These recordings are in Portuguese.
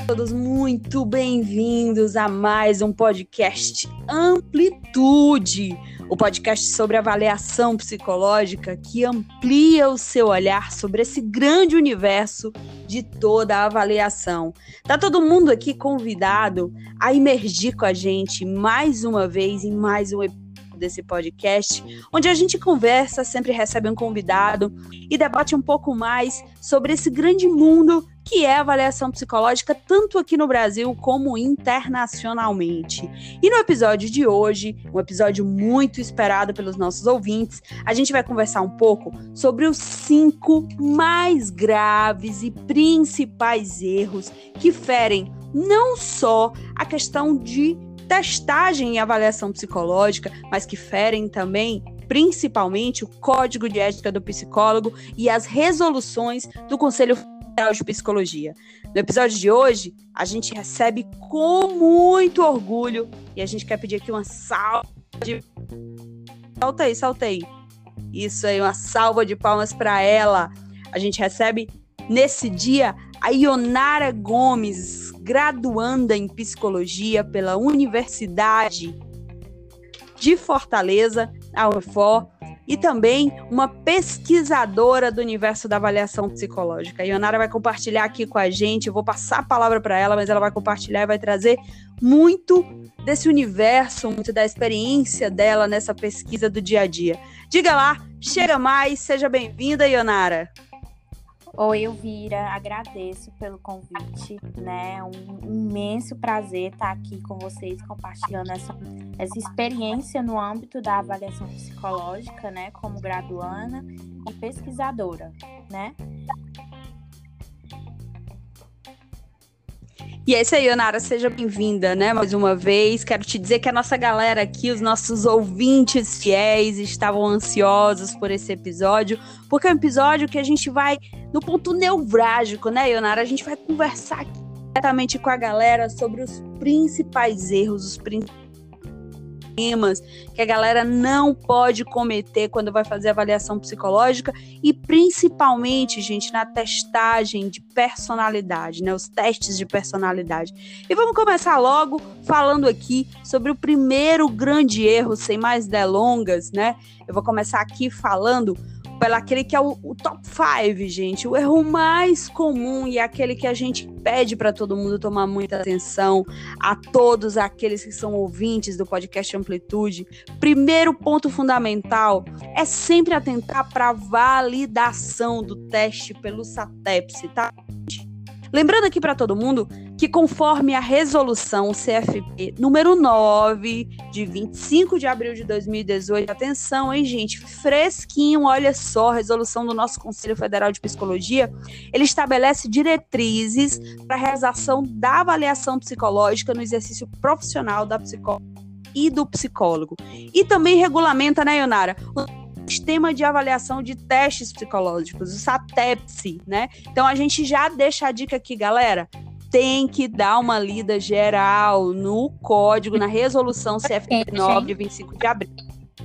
Todos muito bem-vindos a mais um podcast Amplitude, o podcast sobre avaliação psicológica que amplia o seu olhar sobre esse grande universo de toda a avaliação. Tá todo mundo aqui convidado a imergir com a gente mais uma vez em mais um episódio desse podcast, onde a gente conversa, sempre recebe um convidado e debate um pouco mais sobre esse grande mundo que é a avaliação psicológica, tanto aqui no Brasil como internacionalmente. E no episódio de hoje, um episódio muito esperado pelos nossos ouvintes, a gente vai conversar um pouco sobre os 5 mais graves e principais erros que ferem não só a questão de testagem e avaliação psicológica, mas que ferem também, principalmente, o Código de Ética do Psicólogo e as resoluções do Conselho Federal de Psicologia. No episódio de hoje, a gente recebe com muito orgulho e a gente quer pedir aqui uma salva de... Solta aí. Isso aí, uma salva de palmas para ela. A gente recebe, nesse dia, a Ionara Gomes, graduanda em Psicologia pela Universidade de Fortaleza, a UFO, e também uma pesquisadora do universo da avaliação psicológica. A Ionara vai compartilhar aqui com a gente, eu vou passar a palavra para ela, mas ela vai compartilhar e vai trazer muito desse universo, muito da experiência dela nessa pesquisa do dia a dia. Diga lá, chega mais, seja bem-vinda, Ionara. Oi, Elvira, agradeço pelo convite, né? Um imenso prazer estar aqui com vocês, compartilhando essa experiência no âmbito da avaliação psicológica, né? Como graduanda e pesquisadora, né? E é isso aí, Ionara, seja bem-vinda, né, mais uma vez. Quero te dizer que a nossa galera aqui, os nossos ouvintes fiéis, estavam ansiosos por esse episódio, porque é um episódio que a gente vai no ponto nevrálgico, né, Ionara? A gente vai conversar aqui diretamente com a galera sobre os principais erros, os principais temas que a galera não pode cometer quando vai fazer avaliação psicológica e principalmente, gente, na testagem de personalidade, né, os testes de personalidade. E vamos começar logo falando aqui sobre o primeiro grande erro, sem mais delongas, né? Eu vou começar aqui falando pelo aquele que é o top 5, gente, o erro mais comum e aquele que a gente pede para todo mundo tomar muita atenção, a todos aqueles que são ouvintes do podcast Amplitude. Primeiro ponto fundamental é sempre atentar para a validação do teste pelo SATEPS, tá? Lembrando aqui para todo mundo que conforme a resolução CFP número 9, de 25 de abril de 2018, atenção, hein, gente, fresquinho, olha só, a resolução do nosso Conselho Federal de Psicologia, ele estabelece diretrizes para a realização da avaliação psicológica no exercício profissional da psicóloga e do psicólogo. E também regulamenta, né, Ionara, o sistema de avaliação de testes psicológicos, o SATEPS, né? Então a gente já deixa a dica aqui, galera, tem que dar uma lida geral no código, na resolução CFP 9 de 25 de abril.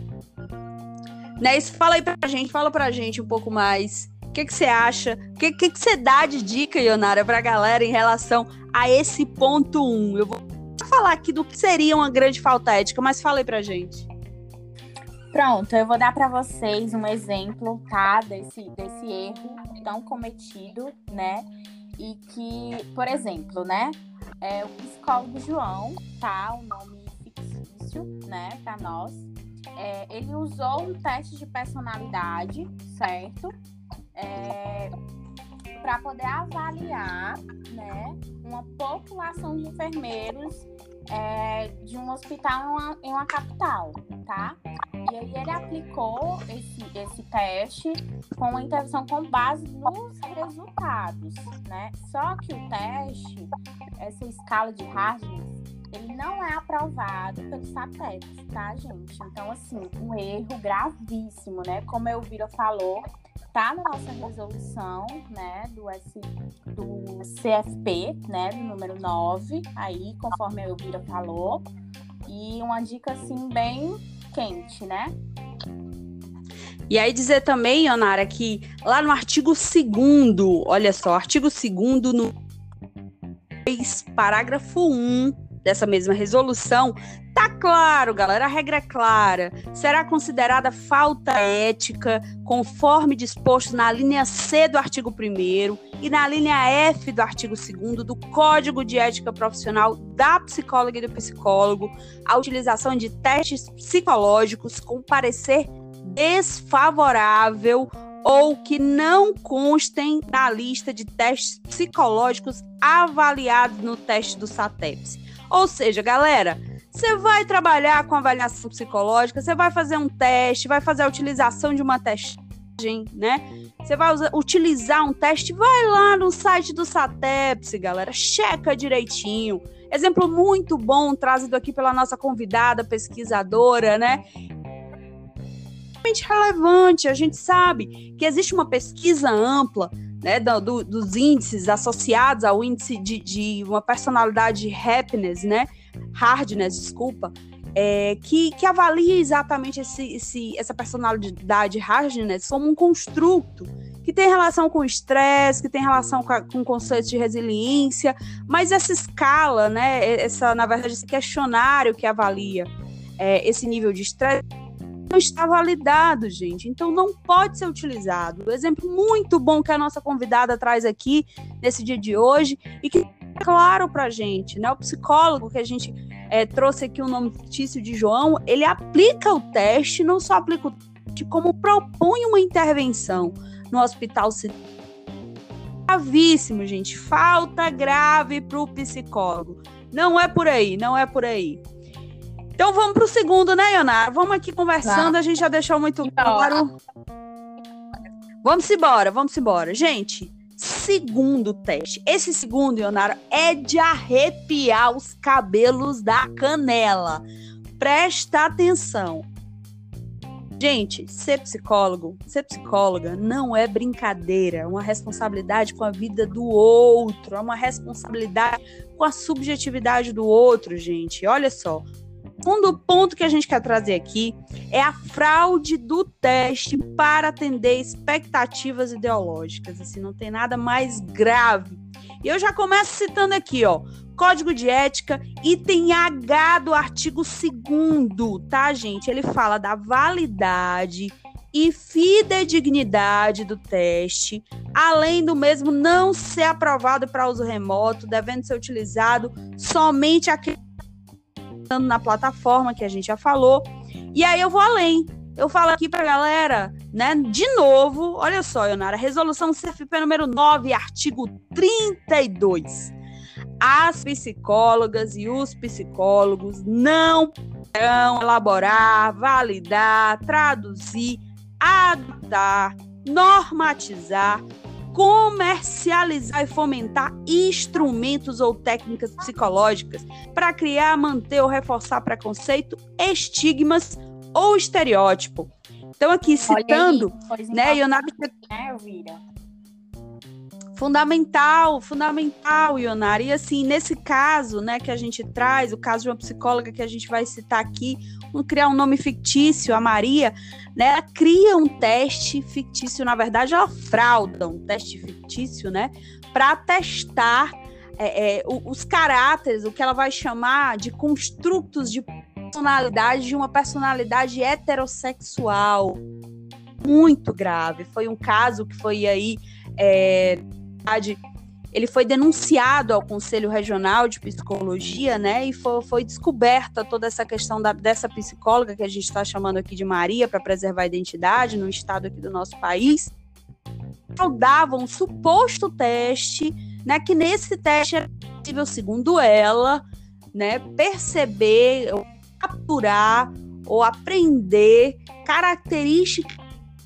Né? Isso, fala pra gente um pouco mais. O que você acha? O que você dá de dica, Ionara, pra galera em relação a esse ponto 1? Eu vou falar aqui do que seria uma grande falta ética, mas fala aí pra gente. Pronto, eu vou dar para vocês um exemplo, tá, desse erro tão cometido, né, e que, por exemplo, né, o psicólogo João, tá, o nome fictício, né, para nós, ele usou um teste de personalidade, certo, para poder avaliar, né, uma população de enfermeiros de um hospital em uma capital, tá? E aí ele aplicou esse teste com uma intervenção com base nos resultados, né? Só que o teste, essa escala de Hardness, ele não é aprovado pelo SATEPS, tá, gente? Então, assim, um erro gravíssimo, né? Como a Elvira falou, tá na nossa resolução, né, do CFP, né, do número 9, aí, conforme a Elvira falou, e uma dica, assim, bem quente, né? E aí dizer também, Ionara, que lá no artigo 2º, olha só, artigo 2º, Parágrafo 1 dessa mesma resolução, tá claro, galera, a regra é clara. Será considerada falta ética, conforme disposto na linha C do artigo 1º e na linha F do artigo 2º do Código de Ética Profissional da psicóloga e do psicólogo, a utilização de testes psicológicos com parecer desfavorável ou que não constem na lista de testes psicológicos avaliados no teste do SATEPS. Ou seja, galera, você vai trabalhar com avaliação psicológica, você vai fazer um teste, vai fazer a utilização de uma testagem, né? Você vai utilizar um teste, vai lá no site do SATEPS, galera, checa direitinho. Exemplo muito bom, trazido aqui pela nossa convidada pesquisadora, né? Relevante, a gente sabe que existe uma pesquisa ampla, né, dos índices associados ao índice de uma personalidade happiness, né, hardness, desculpa, que avalia exatamente essa personalidade hardness como um construto que tem relação com o estresse, que tem relação com o conceito de resiliência, mas essa escala, né, na verdade, esse questionário que avalia esse nível de estresse não está validado, gente. Então, não pode ser utilizado. Um exemplo muito bom que a nossa convidada traz aqui nesse dia de hoje e que é claro pra gente, né? O psicólogo que a gente trouxe aqui o nome fictício de João, ele aplica o teste, não só aplica o teste, como propõe uma intervenção no hospital. Gravíssimo, gente. Falta grave pro psicólogo. Não é por aí, não é por aí. Então vamos para o segundo, né, Ionara? Vamos aqui conversando, a gente já deixou muito claro. Vamos embora. Gente, segundo teste. Esse segundo, Ionara, é de arrepiar os cabelos da canela. Presta atenção. Gente, ser psicóloga não é brincadeira, é uma responsabilidade com a vida do outro, é uma responsabilidade com a subjetividade do outro, gente. Olha só. O segundo ponto que a gente quer trazer aqui é a fraude do teste para atender expectativas ideológicas. Assim, não tem nada mais grave. E eu já começo citando aqui, ó, Código de Ética, item H do artigo 2º, tá, gente? Ele fala da validade e fidedignidade do teste, além do mesmo não ser aprovado para uso remoto, devendo ser utilizado somente aquele na plataforma que a gente já falou. E aí eu vou além. Eu falo aqui pra galera, né, de novo, olha só, Ionara, resolução CFP número 9, artigo 32. As psicólogas e os psicólogos não poderão elaborar, validar, traduzir, adaptar, normatizar, comercializar e fomentar instrumentos ou técnicas psicológicas para criar, manter ou reforçar preconceito, estigmas ou estereótipo. Então, aqui citando, né, Ionara, fundamental, Ionara. E assim, nesse caso, né, que a gente traz, o caso de uma psicóloga que a gente vai citar aqui, vamos criar um nome fictício, a Maria, né, ela cria um teste fictício, na verdade, ela frauda um teste fictício, né, para testar os caráteres, o que ela vai chamar de construtos de personalidade, de uma personalidade heterossexual. Muito grave. Foi um caso que foi aí, ele foi denunciado ao Conselho Regional de Psicologia, né, e foi descoberta toda essa questão dessa psicóloga que a gente está chamando aqui de Maria, para preservar a identidade no estado aqui do nosso país, fraudavam um suposto teste, né, que nesse teste era possível, segundo ela, né, perceber, ou capturar ou aprender características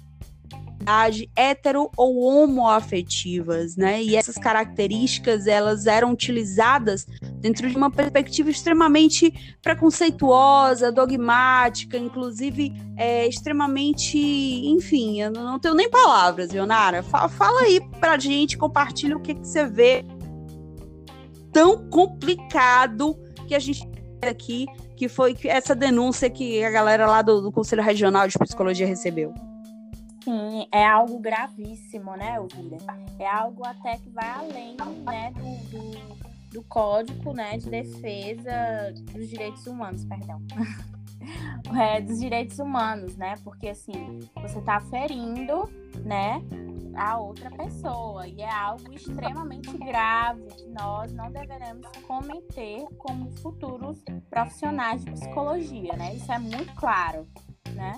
hetero ou homoafetivas, né? E essas características, elas eram utilizadas dentro de uma perspectiva extremamente preconceituosa, dogmática, inclusive extremamente, enfim, eu não tenho nem palavras, Ionara. Fala aí pra gente, compartilha o que você vê tão complicado que a gente tem aqui, que foi essa denúncia que a galera lá do Conselho Regional de Psicologia recebeu. Sim, é algo gravíssimo, né, Elvira? É algo até que vai além, né, do Código, né, de Defesa dos Direitos Humanos, perdão. Dos direitos humanos, né? Porque, assim, você tá ferindo, né, a outra pessoa. E é algo extremamente grave que nós não deveremos cometer como futuros profissionais de psicologia, né? Isso é muito claro, né?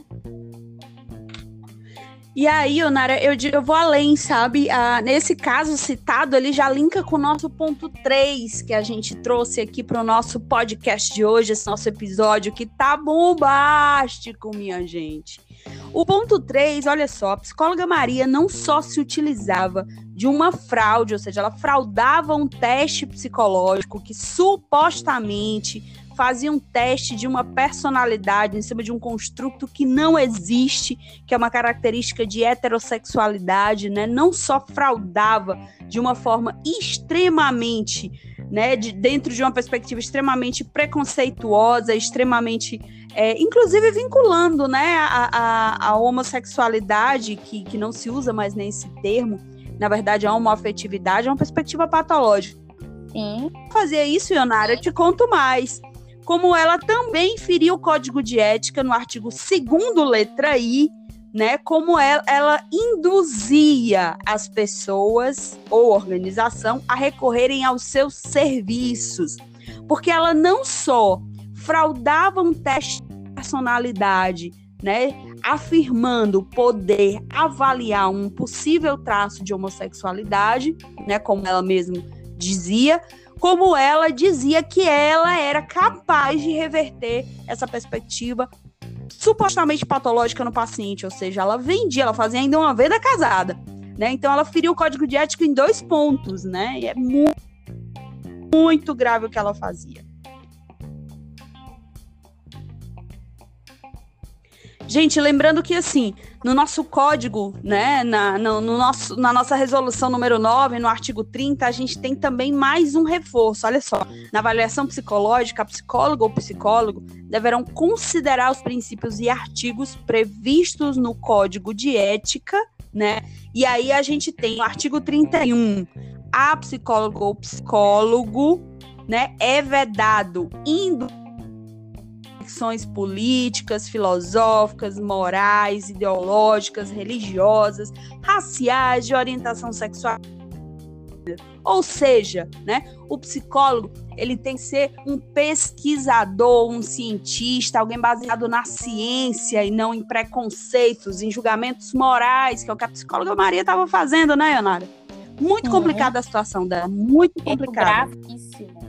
E aí, Onara, eu vou além, sabe? Nesse caso citado, ele já linka com o nosso ponto 3, que a gente trouxe aqui para o nosso podcast de hoje, esse nosso episódio, que tá bombástico, minha gente. O ponto 3, olha só, a psicóloga Maria não só se utilizava de uma fraude, ou seja, ela fraudava um teste psicológico que supostamente fazia um teste de uma personalidade em cima de um construto que não existe, que é uma característica de heterossexualidade, né? Não só fraudava de uma forma extremamente, né, dentro de uma perspectiva extremamente preconceituosa, extremamente, inclusive vinculando, né, a homossexualidade, que não se usa mais nem esse termo, na verdade a homoafetividade é uma perspectiva patológica. Sim. Fazer isso, Ionara, eu te conto mais. Como ela também feriu o Código de Ética no artigo 2º, letra I, né? Como ela induzia as pessoas ou organização a recorrerem aos seus serviços. Porque ela não só fraudava um teste de personalidade, né, afirmando poder avaliar um possível traço de homossexualidade, né, como ela mesma dizia, como ela dizia que ela era capaz de reverter essa perspectiva supostamente patológica no paciente, ou seja, ela vendia, ela fazia ainda uma venda casada, né? Então ela feriu o Código de Ética em 2 pontos, né? E é muito, muito grave o que ela fazia. Gente, lembrando que, assim, no nosso código, né, na nossa resolução número 9, no artigo 30, a gente tem também mais um reforço. Olha só, na avaliação psicológica, a psicóloga ou psicólogo deverão considerar os princípios e artigos previstos no Código de Ética, né? E aí a gente tem o artigo 31. A psicóloga ou psicólogo, né, é vedado políticas, filosóficas, morais, ideológicas, religiosas, raciais, de orientação sexual. Ou seja, né, o psicólogo ele tem que ser um pesquisador, um cientista, alguém baseado na ciência e não em preconceitos, em julgamentos morais, que é o que a psicóloga Maria estava fazendo, né, Ionara? Muito complicada a situação dela, muito complicada. Gravíssimo.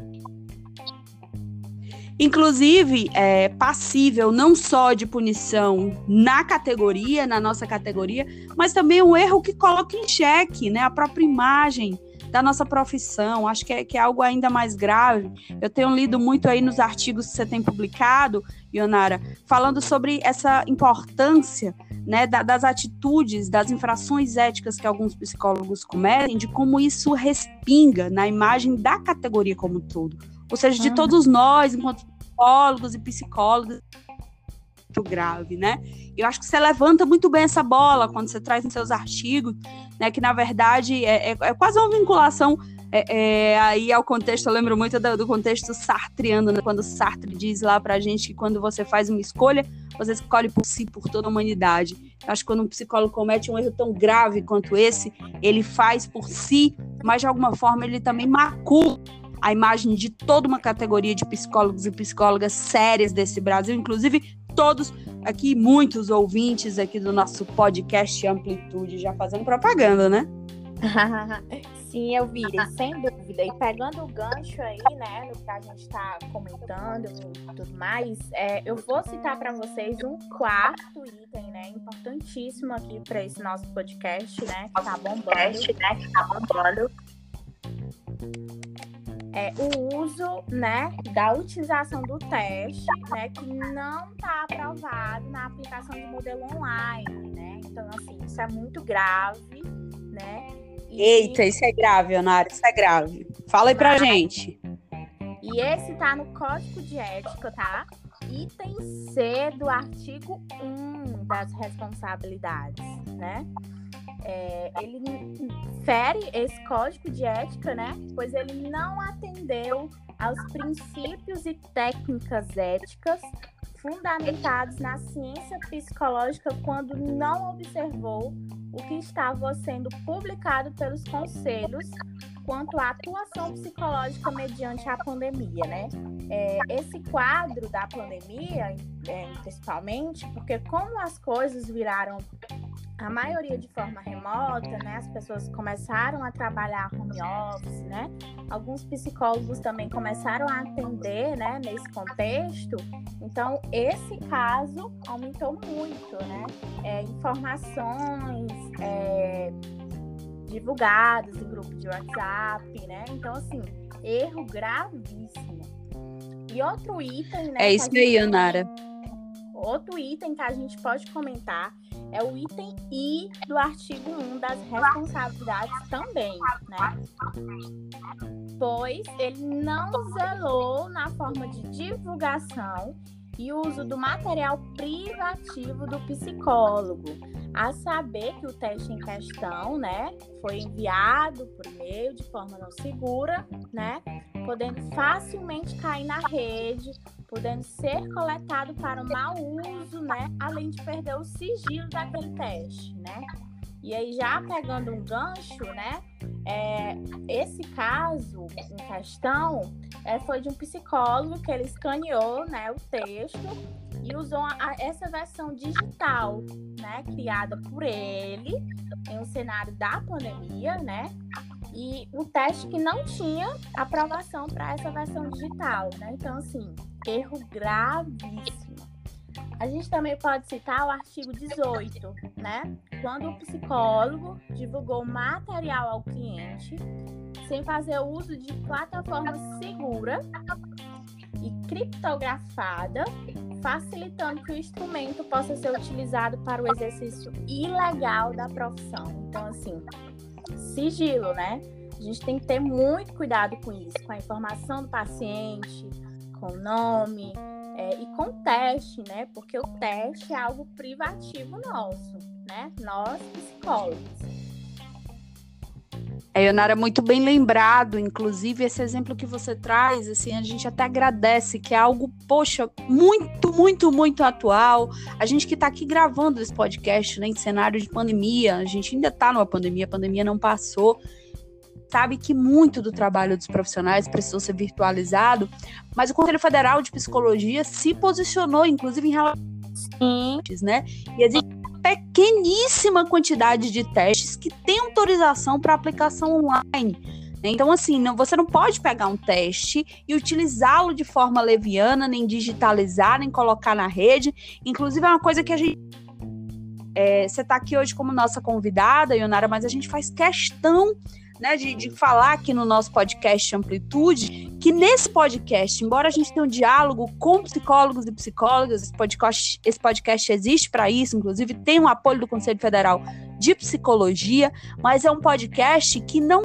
Inclusive, é passível não só de punição na categoria, na nossa categoria, mas também um erro que coloca em xeque, né, a própria imagem da nossa profissão. Acho que é algo ainda mais grave. Eu tenho lido muito aí nos artigos que você tem publicado, Ionara, falando sobre essa importância, né, das atitudes, das infrações éticas que alguns psicólogos cometem, de como isso respinga na imagem da categoria como um todo. Ou seja, de todos nós, enquanto psicólogos e psicólogas, muito grave, né? Eu acho que você levanta muito bem essa bola quando você traz nos seus artigos, né? Que, na verdade, é quase uma vinculação aí ao contexto. Eu lembro muito do contexto sartreano, né? Quando Sartre diz lá pra gente que quando você faz uma escolha, você escolhe por si, por toda a humanidade. Eu acho que quando um psicólogo comete um erro tão grave quanto esse, ele faz por si, mas de alguma forma ele também macula a imagem de toda uma categoria de psicólogos e psicólogas sérias desse Brasil, inclusive todos aqui, muitos ouvintes aqui do nosso podcast Amplitude, já fazendo propaganda, né? Sim, Elvira, sem dúvida. E pegando o gancho aí, né, no que a gente está comentando e tudo mais, eu vou citar para vocês um 4º item, né, importantíssimo aqui para esse nosso podcast, né, que tá bombando. O uso, né, da utilização do teste, né, que não está aprovado na aplicação de modelo online, né? Então, assim, isso é muito grave, né? Eita, isso é grave, Ionara, isso é grave. Fala aí pra gente. E esse tá no Código de Ética, tá? Item C do artigo 1 das responsabilidades, né? Ele fere esse código de ética, né? Pois ele não atendeu aos princípios e técnicas éticas fundamentados na ciência psicológica quando não observou o que estava sendo publicado pelos conselhos quanto à atuação psicológica mediante a pandemia, né? Esse quadro da pandemia, principalmente, porque como as coisas viraram a maioria de forma remota, né? As pessoas começaram a trabalhar home office, né? Alguns psicólogos também começaram a atender, né? Nesse contexto. Então, esse caso aumentou muito, né? Informações divulgadas em grupo de WhatsApp, né? Então, assim, erro gravíssimo. E outro item, né? É isso aí, Ionara. Outro item que a gente pode comentar é o item I do artigo 1 das responsabilidades também, né? Pois ele não zelou na forma de divulgação e uso do material privativo do psicólogo, a saber que o teste em questão, né, foi enviado por e-mail de forma não segura, né, podendo facilmente cair na rede, podendo ser coletado para o mau uso, né, além de perder o sigilo daquele teste, né. E aí, já pegando um gancho, né, esse caso em questão foi de um psicólogo que ele escaneou, né, o texto e usou essa versão digital, né, criada por ele em um cenário da pandemia, né, e o teste que não tinha aprovação para essa versão digital, né, então, assim, erro gravíssimo. A gente também pode citar o artigo 18, né? Quando o psicólogo divulgou material ao cliente sem fazer uso de plataforma segura e criptografada, facilitando que o instrumento possa ser utilizado para o exercício ilegal da profissão. Então, assim, sigilo, né? A gente tem que ter muito cuidado com isso, com a informação do paciente, com o nome, e com o teste, né? Porque o teste é algo privativo nosso, né? Nós, psicólogos. Ionara, muito bem lembrado, inclusive esse exemplo que você traz, assim, a gente até agradece, que é algo, poxa, muito, muito, muito atual. A gente que está aqui gravando esse podcast, né, em cenário de pandemia, a gente ainda está numa pandemia, a pandemia não passou, sabe que muito do trabalho dos profissionais precisou ser virtualizado, mas o Conselho Federal de Psicologia se posicionou, inclusive, em relação a testes, né? E existe uma pequeníssima quantidade de testes que tem autorização para aplicação online. Então, assim, você não pode pegar um teste e utilizá-lo de forma leviana, nem digitalizar, nem colocar na rede. Inclusive, é uma coisa que a gente... você está aqui hoje como nossa convidada, Ionara, mas a gente faz questão, né, de falar aqui no nosso podcast Amplitude, que nesse podcast, embora a gente tenha um diálogo com psicólogos e psicólogas, esse podcast existe para isso, inclusive tem um apoio do Conselho Federal de Psicologia, mas é um podcast que não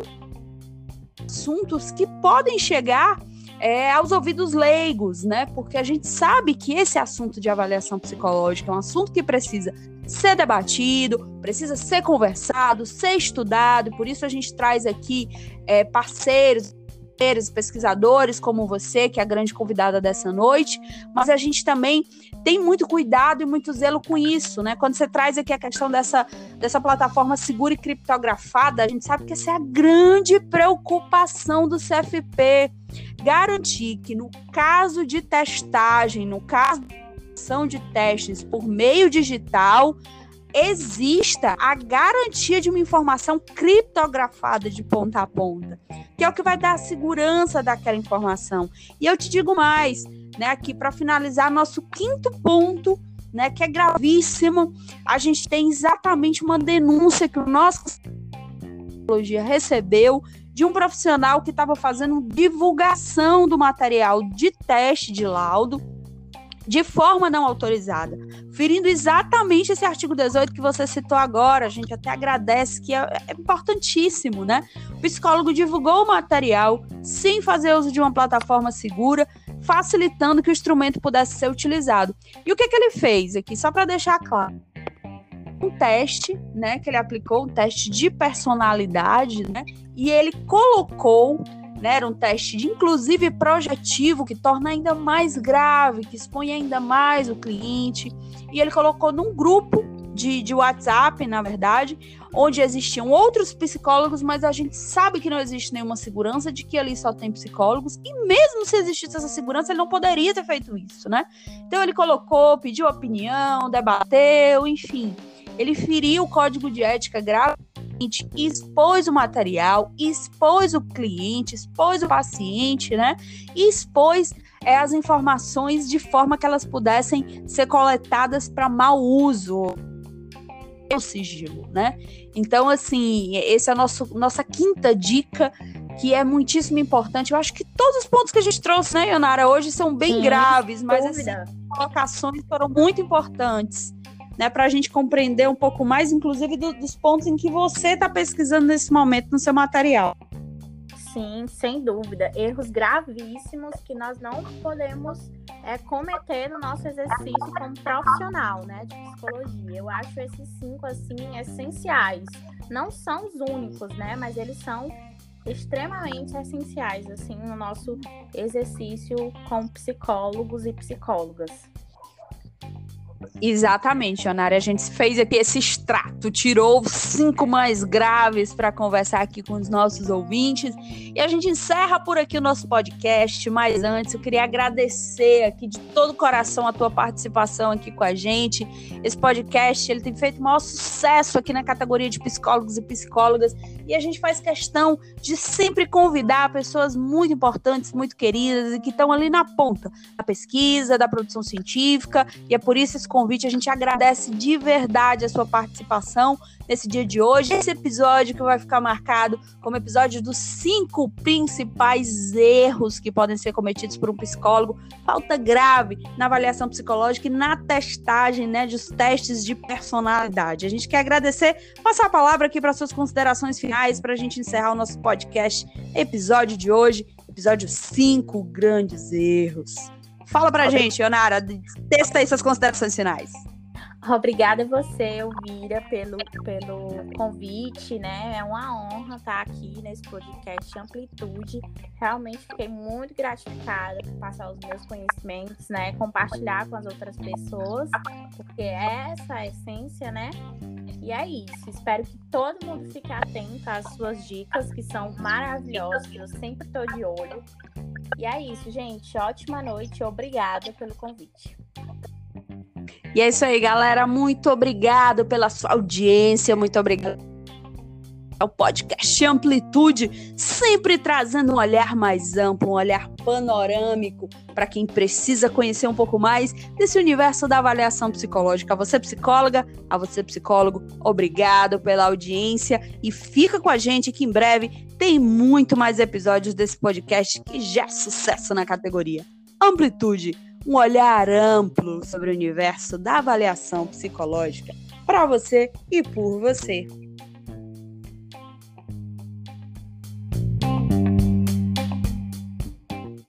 assuntos que podem chegar aos ouvidos leigos, né? Porque a gente sabe que esse assunto de avaliação psicológica é um assunto que precisa ser debatido, precisa ser conversado, ser estudado, por isso a gente traz aqui parceiros, pesquisadores como você, que é a grande convidada dessa noite, mas a gente também tem muito cuidado e muito zelo com isso, né? Quando você traz aqui a questão dessa plataforma segura e criptografada, a gente sabe que essa é a grande preocupação do CFP, garantir que no caso de testagem, no caso de testes por meio digital, exista a garantia de uma informação criptografada de ponta a ponta, que é o que vai dar a segurança daquela informação. E eu te digo mais, né, aqui para finalizar nosso quinto ponto, né, que é gravíssimo, a gente tem exatamente uma denúncia que o nosso psicologia recebeu de um profissional que estava fazendo divulgação do material de teste de laudo de forma não autorizada, ferindo exatamente esse artigo 18 que você citou agora. A gente até agradece, que é importantíssimo, né? O psicólogo divulgou o material sem fazer uso de uma plataforma segura, facilitando que o instrumento pudesse ser utilizado. E o que ele fez aqui? Só para deixar claro. um teste, né, que ele aplicou, um teste de personalidade, né, e ele colocou, né, era um teste de inclusive projetivo, que torna ainda mais grave, que expõe ainda mais o cliente, e ele colocou num grupo de WhatsApp, na verdade, onde existiam outros psicólogos, mas a gente sabe que não existe nenhuma segurança de que ali só tem psicólogos, e mesmo se existisse essa segurança, ele não poderia ter feito isso, né? Então ele colocou, pediu opinião, debateu, enfim. Ele feriu o código de ética gravemente, expôs o material, expôs o cliente, expôs o paciente, né? E expôs as informações de forma que elas pudessem ser coletadas para mau uso, o sigilo, né? Então, assim, esse é a nossa quinta dica, que é muitíssimo importante. Eu acho que todos os pontos que a gente trouxe, né, Ionara, hoje são bem graves, mas essas colocações foram muito importantes, né, para a gente compreender um pouco mais, inclusive, dos pontos em que você está pesquisando nesse momento no seu material. Sim, sem dúvida. Erros gravíssimos que nós não podemos cometer no nosso exercício como profissional, né, de psicologia. Eu acho esses 5, assim, essenciais. Não são os únicos, né, mas eles são extremamente essenciais, assim, no nosso exercício com psicólogos e psicólogas. Exatamente, Ionara, a gente fez aqui esse extrato, tirou os 5 mais graves para conversar aqui com os nossos ouvintes, e a gente encerra por aqui o nosso podcast. Mas antes eu queria agradecer aqui de todo o coração a tua participação aqui com a gente. Esse podcast, ele tem feito o maior sucesso aqui na categoria de psicólogos e psicólogas, e a gente faz questão de sempre convidar pessoas muito importantes, muito queridas, e que estão ali na ponta da pesquisa, da produção científica, e é por isso esse convite. A gente agradece de verdade a sua participação nesse dia de hoje. Esse episódio que vai ficar marcado como episódio dos 5 principais erros que podem ser cometidos por um psicólogo, falta grave na avaliação psicológica e na testagem, né, dos testes de personalidade. A gente quer agradecer, passar a palavra aqui para suas considerações finais, para a gente encerrar o nosso podcast, episódio de hoje, episódio 5, grandes erros. Fala pra gente, Ionara, testa aí suas considerações finais. Obrigada a você, Elvira, pelo convite, né? É uma honra estar aqui nesse podcast Amplitude. Realmente fiquei muito gratificada por passar os meus conhecimentos, né? Compartilhar com as outras pessoas, porque é essa a essência, né? E é isso. Espero que todo mundo fique atento às suas dicas, que são maravilhosas. Eu sempre estou de olho. E é isso, gente. Ótima noite. Obrigada pelo convite. E é isso aí, galera. Muito obrigado pela sua audiência. Muito obrigado ao podcast Amplitude, sempre trazendo um olhar mais amplo, um olhar panorâmico para quem precisa conhecer um pouco mais desse universo da avaliação psicológica. A você, psicóloga, a você, psicólogo, obrigado pela audiência e fica com a gente que em breve tem muito mais episódios desse podcast que já é sucesso na categoria. Amplitude, um olhar amplo sobre o universo da avaliação psicológica para você e por você.